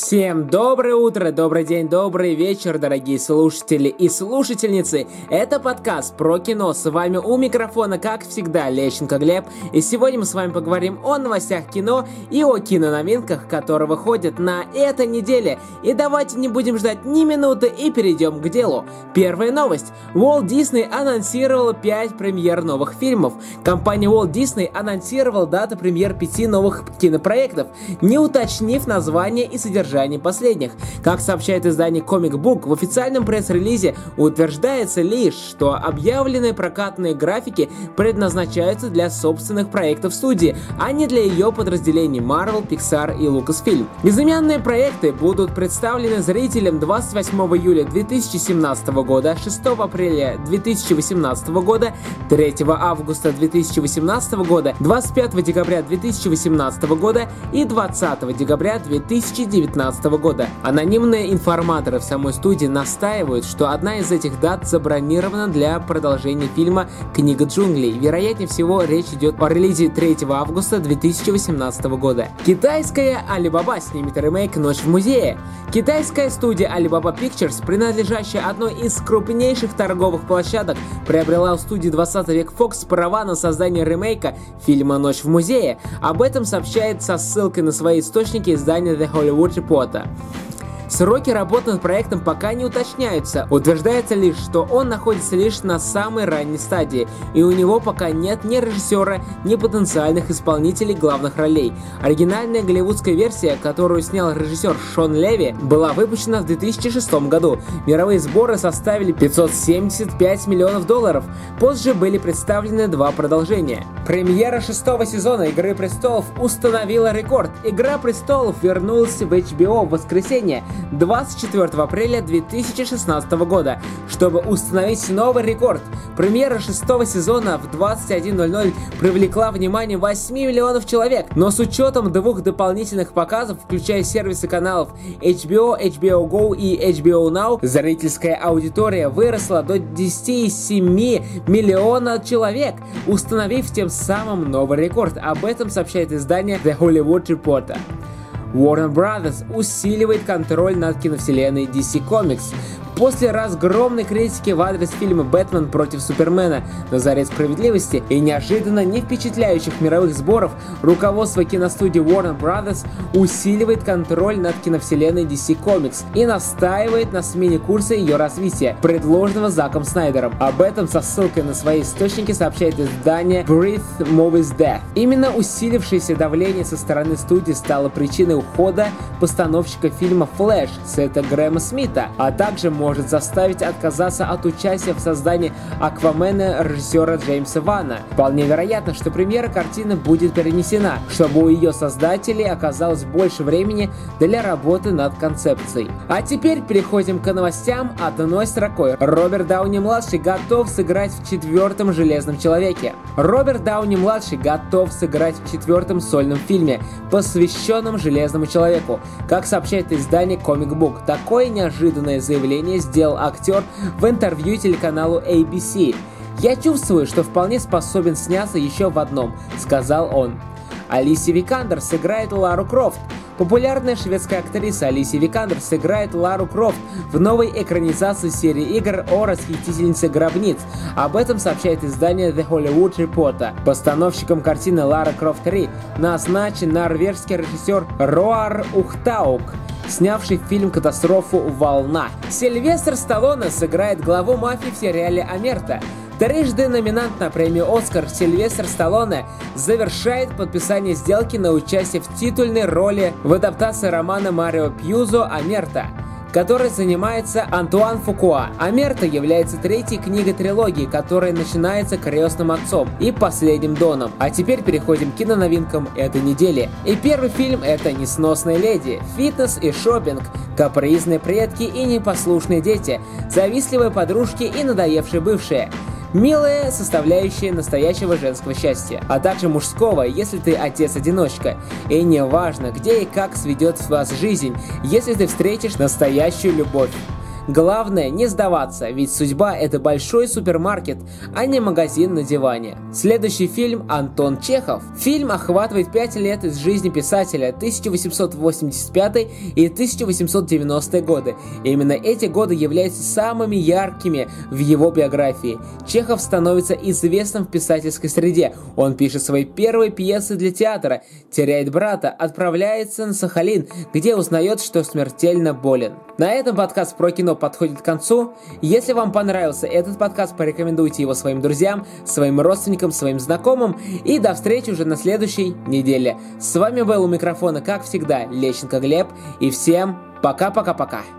Всем доброе утро, добрый день, добрый вечер, дорогие слушатели и слушательницы. Это подкаст про кино. С вами у микрофона, как всегда, Лещенко Глеб. И сегодня мы с вами поговорим о новостях кино и о киноновинках, которые выходят на этой неделе. И давайте не будем ждать ни минуты и перейдем к делу. Первая новость. Walt Disney анонсировала 5 премьер новых фильмов. Компания Walt Disney анонсировала даты премьер 5 новых кинопроектов, не уточнив название и содержание последних. Как сообщает издание Comic Book, в официальном пресс-релизе утверждается лишь, что объявленные прокатные графики предназначаются для собственных проектов студии, а не для ее подразделений Marvel, Pixar и Lucasfilm. Безымянные проекты будут представлены зрителям 28 июля 2017 года, 6 апреля 2018 года, 3 августа 2018 года, 25 декабря 2018 года и 20 декабря 2019 года. Анонимные информаторы в самой студии настаивают, что одна из этих дат забронирована для продолжения фильма «Книга джунглей». Вероятнее всего, речь идет о релизе 3 августа 2018 года. Китайская Alibaba снимет ремейк «Ночь в музее». Китайская студия Alibaba Pictures, принадлежащая одной из крупнейших торговых площадок, приобрела у студии 20 век Fox права на создание ремейка фильма «Ночь в музее». Об этом сообщает со ссылкой на свои источники издание The Hollywood Reporter. Сроки работы над проектом пока не уточняются. Утверждается лишь, что он находится лишь на самой ранней стадии, и у него пока нет ни режиссера, ни потенциальных исполнителей главных ролей. Оригинальная голливудская версия, которую снял режиссер Шон Леви, была выпущена в 2006 году. Мировые сборы составили $575 миллионов. Позже были представлены 2 продолжения. Премьера 6-го сезона «Игры престолов» установила рекорд. «Игра престолов» вернулась в HBO в воскресенье, 24 апреля 2016 года, чтобы установить новый рекорд. Премьера 6-го сезона в 21:00 привлекла внимание 8 миллионов человек, но с учетом 2 дополнительных показов, включая сервисы каналов HBO, HBO Go и HBO Now, зрительская аудитория выросла до 10,7 миллиона человек, установив тем самым новый рекорд. Об этом сообщает издание The Hollywood Reporter. Warner Brothers усиливает контроль над киновселенной DC Comics. После разгромной критики в адрес фильма «Бэтмен против Супермена. На заре справедливости» и неожиданно не впечатляющих мировых сборов, руководство киностудии Warner Brothers усиливает контроль над киновселенной DC Comics и настаивает на смене курса ее развития, предложенного Заком Снайдером. Об этом со ссылкой на свои источники сообщает издание Breathe Movies Death. Именно усилившееся давление со стороны студии стало причиной ухода постановщика фильма «Флэш» Сета Грэма Смита, а также может заставить отказаться от участия в создании Аквамена режиссера Джеймса Вана. Вполне вероятно, что премьера картины будет перенесена, чтобы у ее создателей оказалось больше времени для работы над концепцией. А теперь переходим к новостям одной строкой. Роберт Дауни-младший готов сыграть в 4-м «Железном человеке». Роберт Дауни-младший готов сыграть в 4-м сольном фильме, посвященном Железному человеку. Как сообщает издание Comic Book, такое неожиданное заявление сделал актер в интервью телеканалу ABC. «Я чувствую, что вполне способен сняться еще в одном», — сказал он. Алисия Викандер сыграет Лару Крофт. Популярная шведская актриса Алисия Викандер сыграет Лару Крофт в новой экранизации серии игр о расхитительнице гробниц. Об этом сообщает издание The Hollywood Reporter. Постановщиком картины Лара Крофт 3 назначен норвежский режиссер Роар Ухтаук, снявший фильм «Катастрофу. Волна». Сильвестр Сталлоне сыграет главу мафии в сериале «Омерта». Трижды номинант на премию «Оскар» Сильвестр Сталлоне завершает подписание сделки на участие в титульной роли в адаптации романа Марио Пьюзо «Омерта», которой занимается Антуан Фукуа. «Омерта» является 3-й книгой трилогии, которая начинается «Крестным отцом» и «Последним доном». А теперь переходим к киноновинкам этой недели. И первый фильм — это «Несносная леди», фитнес и шопинг, капризные предки и непослушные дети, завистливые подружки и надоевшие бывшие. Милая составляющая настоящего женского счастья, а также мужского, если ты отец-одиночка. И не важно, где и как сведет вас жизнь, если ты встретишь настоящую любовь. Главное не сдаваться, ведь судьба — это большой супермаркет, а не магазин на диване. Следующий фильм — Антон Чехов. Фильм охватывает 5 лет из жизни писателя 1885 и 1890 годы. И именно эти годы являются самыми яркими в его биографии. Чехов становится известным в писательской среде. Он пишет свои первые пьесы для театра, теряет брата, отправляется на Сахалин, где узнает, что смертельно болен. На этом подкаст про кино подходит к концу. Если вам понравился этот подкаст, порекомендуйте его своим друзьям, своим родственникам, своим знакомым. И до встречи уже на следующей неделе. С вами был у микрофона, как всегда, Лещенко Глеб. И всем пока-пока-пока.